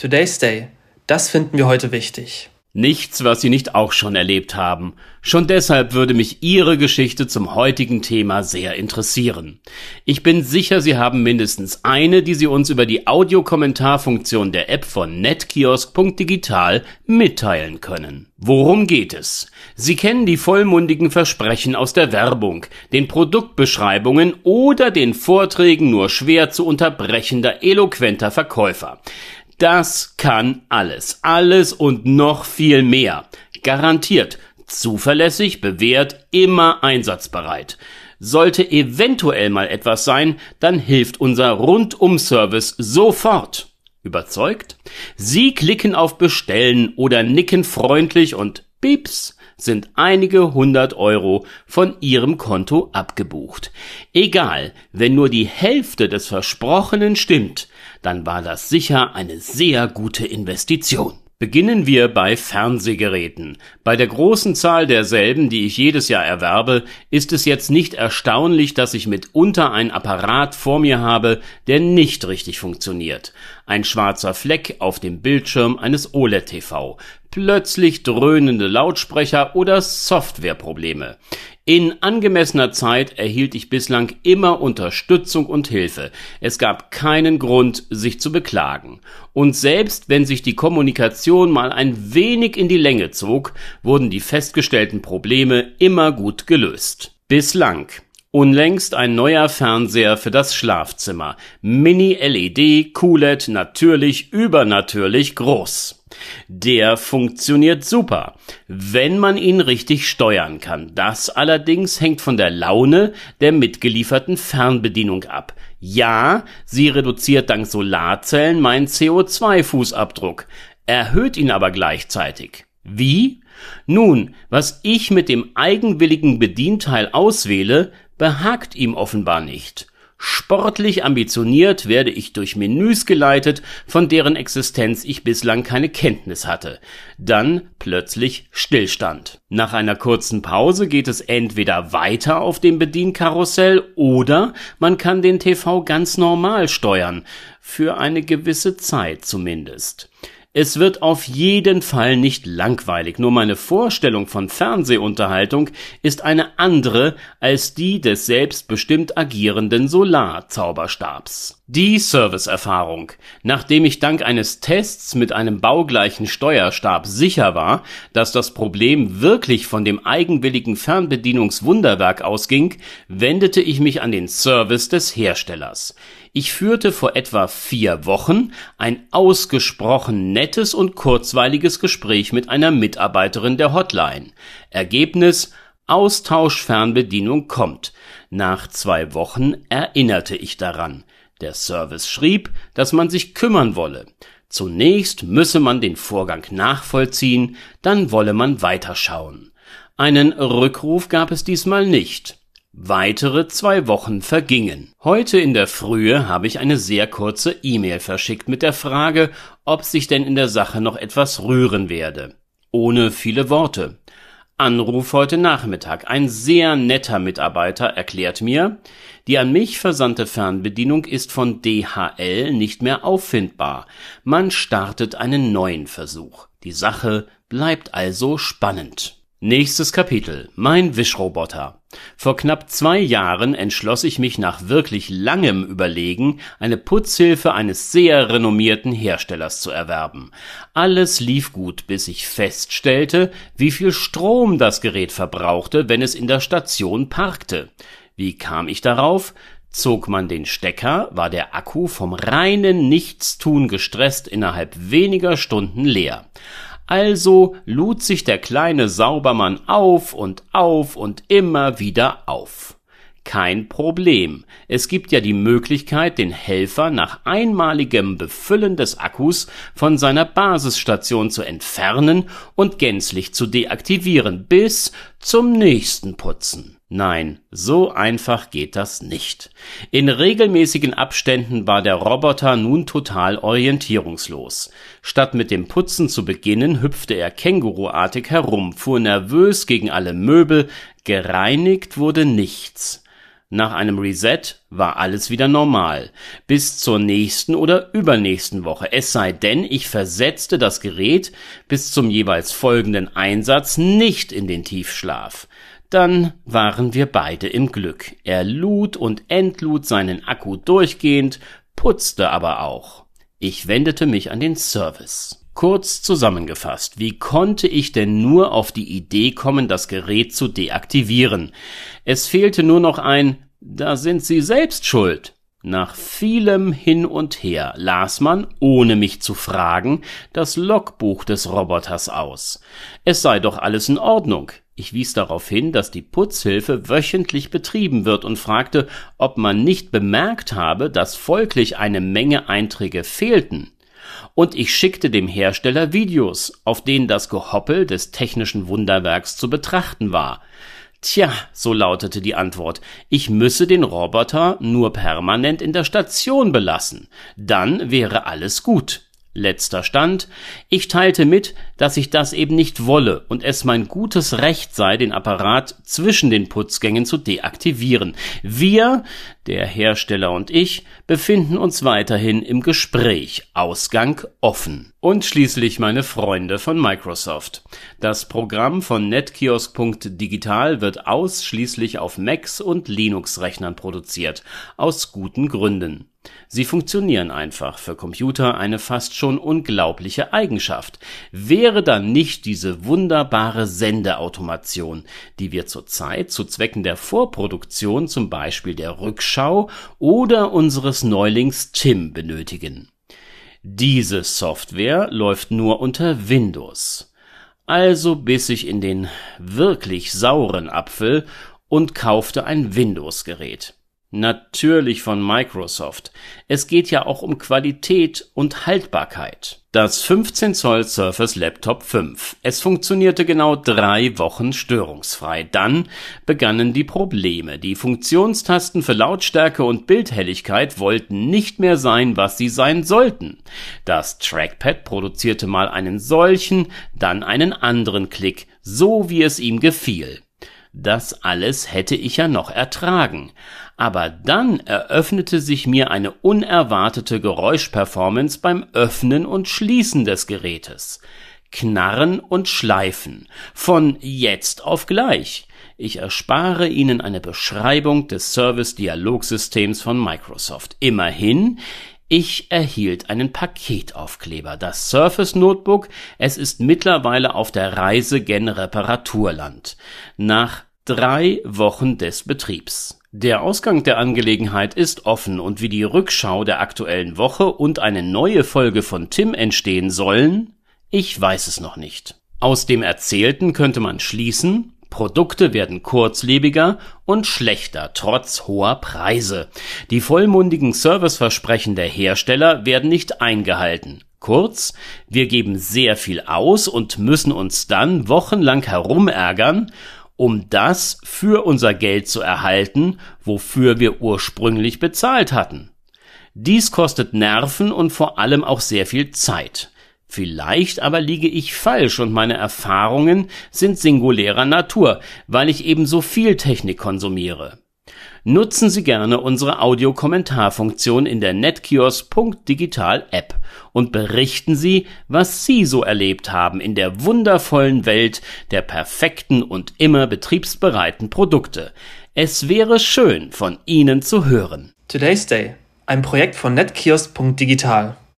Today's Day. Das finden wir heute wichtig. Nichts, was Sie nicht auch schon erlebt haben. Schon deshalb würde mich Ihre Geschichte zum heutigen Thema sehr interessieren. Ich bin sicher, Sie haben mindestens eine, die Sie uns über die Audiokommentarfunktion der App von netkiosk.digital mitteilen können. Worum geht es? Sie kennen die vollmundigen Versprechen aus der Werbung, den Produktbeschreibungen oder den Vorträgen nur schwer zu unterbrechender, eloquenter Verkäufer. Das kann alles und noch viel mehr. Garantiert, zuverlässig, bewährt, immer einsatzbereit. Sollte eventuell mal etwas sein, dann hilft unser Rundum-Service sofort. Überzeugt? Sie klicken auf Bestellen oder nicken freundlich und Pieps, sind einige 100 € von Ihrem Konto abgebucht. Egal, wenn nur die Hälfte des Versprochenen stimmt, dann war das sicher eine sehr gute Investition. Beginnen wir bei Fernsehgeräten. Bei der großen Zahl derselben, die ich jedes Jahr erwerbe, ist es jetzt nicht erstaunlich, dass ich mitunter einen Apparat vor mir habe, der nicht richtig funktioniert. Ein schwarzer Fleck auf dem Bildschirm eines OLED-TV, plötzlich dröhnende Lautsprecher oder Softwareprobleme. In angemessener Zeit erhielt ich bislang immer Unterstützung und Hilfe. Es gab keinen Grund, sich zu beklagen. Und selbst wenn sich die Kommunikation mal ein wenig in die Länge zog, wurden die festgestellten Probleme immer gut gelöst. Bislang. Unlängst ein neuer Fernseher für das Schlafzimmer. Mini-LED, QLED, natürlich, übernatürlich groß. Der funktioniert super, wenn man ihn richtig steuern kann. Das allerdings hängt von der Laune der mitgelieferten Fernbedienung ab. Ja, sie reduziert dank Solarzellen meinen CO2-Fußabdruck, erhöht ihn aber gleichzeitig. Wie? Nun, was ich mit dem eigenwilligen Bedienteil auswähle, behagt ihm offenbar nicht. Sportlich ambitioniert werde ich durch Menüs geleitet, von deren Existenz ich bislang keine Kenntnis hatte. Dann plötzlich Stillstand. Nach einer kurzen Pause geht es entweder weiter auf dem Bedienkarussell oder man kann den TV ganz normal steuern. Für eine gewisse Zeit zumindest. Es wird auf jeden Fall nicht langweilig, nur meine Vorstellung von Fernsehunterhaltung ist eine andere als die des selbstbestimmt agierenden Solarzauberstabs. Die Serviceerfahrung. Nachdem ich dank eines Tests mit einem baugleichen Steuerstab sicher war, dass das Problem wirklich von dem eigenwilligen Fernbedienungswunderwerk ausging, wendete ich mich an den Service des Herstellers. Ich führte vor etwa 4 Wochen ein ausgesprochen nettes und kurzweiliges Gespräch mit einer Mitarbeiterin der Hotline. Ergebnis: Austauschfernbedienung kommt. Nach 2 Wochen erinnerte ich daran. Der Service schrieb, dass man sich kümmern wolle. Zunächst müsse man den Vorgang nachvollziehen, dann wolle man weiterschauen. Einen Rückruf gab es diesmal nicht. Weitere 2 Wochen vergingen. Heute in der Frühe habe ich eine sehr kurze E-Mail verschickt mit der Frage, ob sich denn in der Sache noch etwas rühren werde. Ohne viele Worte. Anruf heute Nachmittag. Ein sehr netter Mitarbeiter erklärt mir, die an mich versandte Fernbedienung ist von DHL nicht mehr auffindbar. Man startet einen neuen Versuch. Die Sache bleibt also spannend. Nächstes Kapitel. Mein Wischroboter. Vor knapp 2 Jahren entschloss ich mich nach wirklich langem Überlegen, eine Putzhilfe eines sehr renommierten Herstellers zu erwerben. Alles lief gut, bis ich feststellte, wie viel Strom das Gerät verbrauchte, wenn es in der Station parkte. Wie kam ich darauf? Zog man den Stecker, war der Akku vom reinen Nichtstun gestresst innerhalb weniger Stunden leer. Also lud sich der kleine Saubermann auf und immer wieder auf. Kein Problem. Es gibt ja die Möglichkeit, den Helfer nach einmaligem Befüllen des Akkus von seiner Basisstation zu entfernen und gänzlich zu deaktivieren, bis zum nächsten Putzen. Nein, so einfach geht das nicht. In regelmäßigen Abständen war der Roboter nun total orientierungslos. Statt mit dem Putzen zu beginnen, hüpfte er känguruartig herum, fuhr nervös gegen alle Möbel, gereinigt wurde nichts. Nach einem Reset war alles wieder normal, bis zur nächsten oder übernächsten Woche, es sei denn, ich versetzte das Gerät bis zum jeweils folgenden Einsatz nicht in den Tiefschlaf. Dann waren wir beide im Glück. Er lud und entlud seinen Akku durchgehend, putzte aber auch. Ich wendete mich an den Service. Kurz zusammengefasst, wie konnte ich denn nur auf die Idee kommen, das Gerät zu deaktivieren? Es fehlte nur noch ein „Da sind Sie selbst schuld". Nach vielem Hin und Her las man, ohne mich zu fragen, das Logbuch des Roboters aus. Es sei doch alles in Ordnung. Ich wies darauf hin, dass die Putzhilfe wöchentlich betrieben wird und fragte, ob man nicht bemerkt habe, dass folglich eine Menge Einträge fehlten. Und ich schickte dem Hersteller Videos, auf denen das Gehoppel des technischen Wunderwerks zu betrachten war. Tja, so lautete die Antwort, ich müsse den Roboter nur permanent in der Station belassen. Dann wäre alles gut. Letzter Stand, ich teilte mit, dass ich das eben nicht wolle und es mein gutes Recht sei, den Apparat zwischen den Putzgängen zu deaktivieren. Wir, der Hersteller und ich, befinden uns weiterhin im Gespräch, Ausgang offen. Und schließlich meine Freunde von Microsoft. Das Programm von Netkiosk.digital wird ausschließlich auf Macs und Linux-Rechnern produziert, aus guten Gründen. Sie funktionieren einfach, für Computer eine fast schon unglaubliche Eigenschaft. Wäre dann nicht diese wunderbare Sendeautomation, die wir zurzeit zu Zwecken der Vorproduktion, zum Beispiel der Rückschau oder unseres Neulings Tim benötigen. Diese Software läuft nur unter Windows. Also biss ich in den wirklich sauren Apfel und kaufte ein Windows-Gerät. Natürlich von Microsoft. Es geht ja auch um Qualität und Haltbarkeit. Das 15 Zoll Surface Laptop 5. Es funktionierte genau 3 Wochen störungsfrei. Dann begannen die Probleme. Die Funktionstasten für Lautstärke und Bildhelligkeit wollten nicht mehr sein, was sie sein sollten. Das Trackpad produzierte mal einen solchen, dann einen anderen Klick, so wie es ihm gefiel. Das alles hätte ich ja noch ertragen. Aber dann eröffnete sich mir eine unerwartete Geräuschperformance beim Öffnen und Schließen des Gerätes. Knarren und Schleifen. Von jetzt auf gleich. Ich erspare Ihnen eine Beschreibung des Service-Dialogsystems von Microsoft. Immerhin, ich erhielt einen Paketaufkleber. Das Surface Notebook, es ist mittlerweile auf der Reise gen Reparaturland. Nach 3 Wochen des Betriebs. Der Ausgang der Angelegenheit ist offen und wie die Rückschau der aktuellen Woche und eine neue Folge von Tim entstehen sollen, ich weiß es noch nicht. Aus dem Erzählten könnte man schließen, Produkte werden kurzlebiger und schlechter, trotz hoher Preise. Die vollmundigen Serviceversprechen der Hersteller werden nicht eingehalten. Kurz, wir geben sehr viel aus und müssen uns dann wochenlang herumärgern, um das für unser Geld zu erhalten, wofür wir ursprünglich bezahlt hatten. Dies kostet Nerven und vor allem auch sehr viel Zeit. Vielleicht aber liege ich falsch und meine Erfahrungen sind singulärer Natur, weil ich eben so viel Technik konsumiere. Nutzen Sie gerne unsere Audiokommentarfunktion in der Netkiosk.digital App und berichten Sie, was Sie so erlebt haben in der wundervollen Welt der perfekten und immer betriebsbereiten Produkte. Es wäre schön, von Ihnen zu hören. Today's Day, ein Projekt von Netkiosk.digital.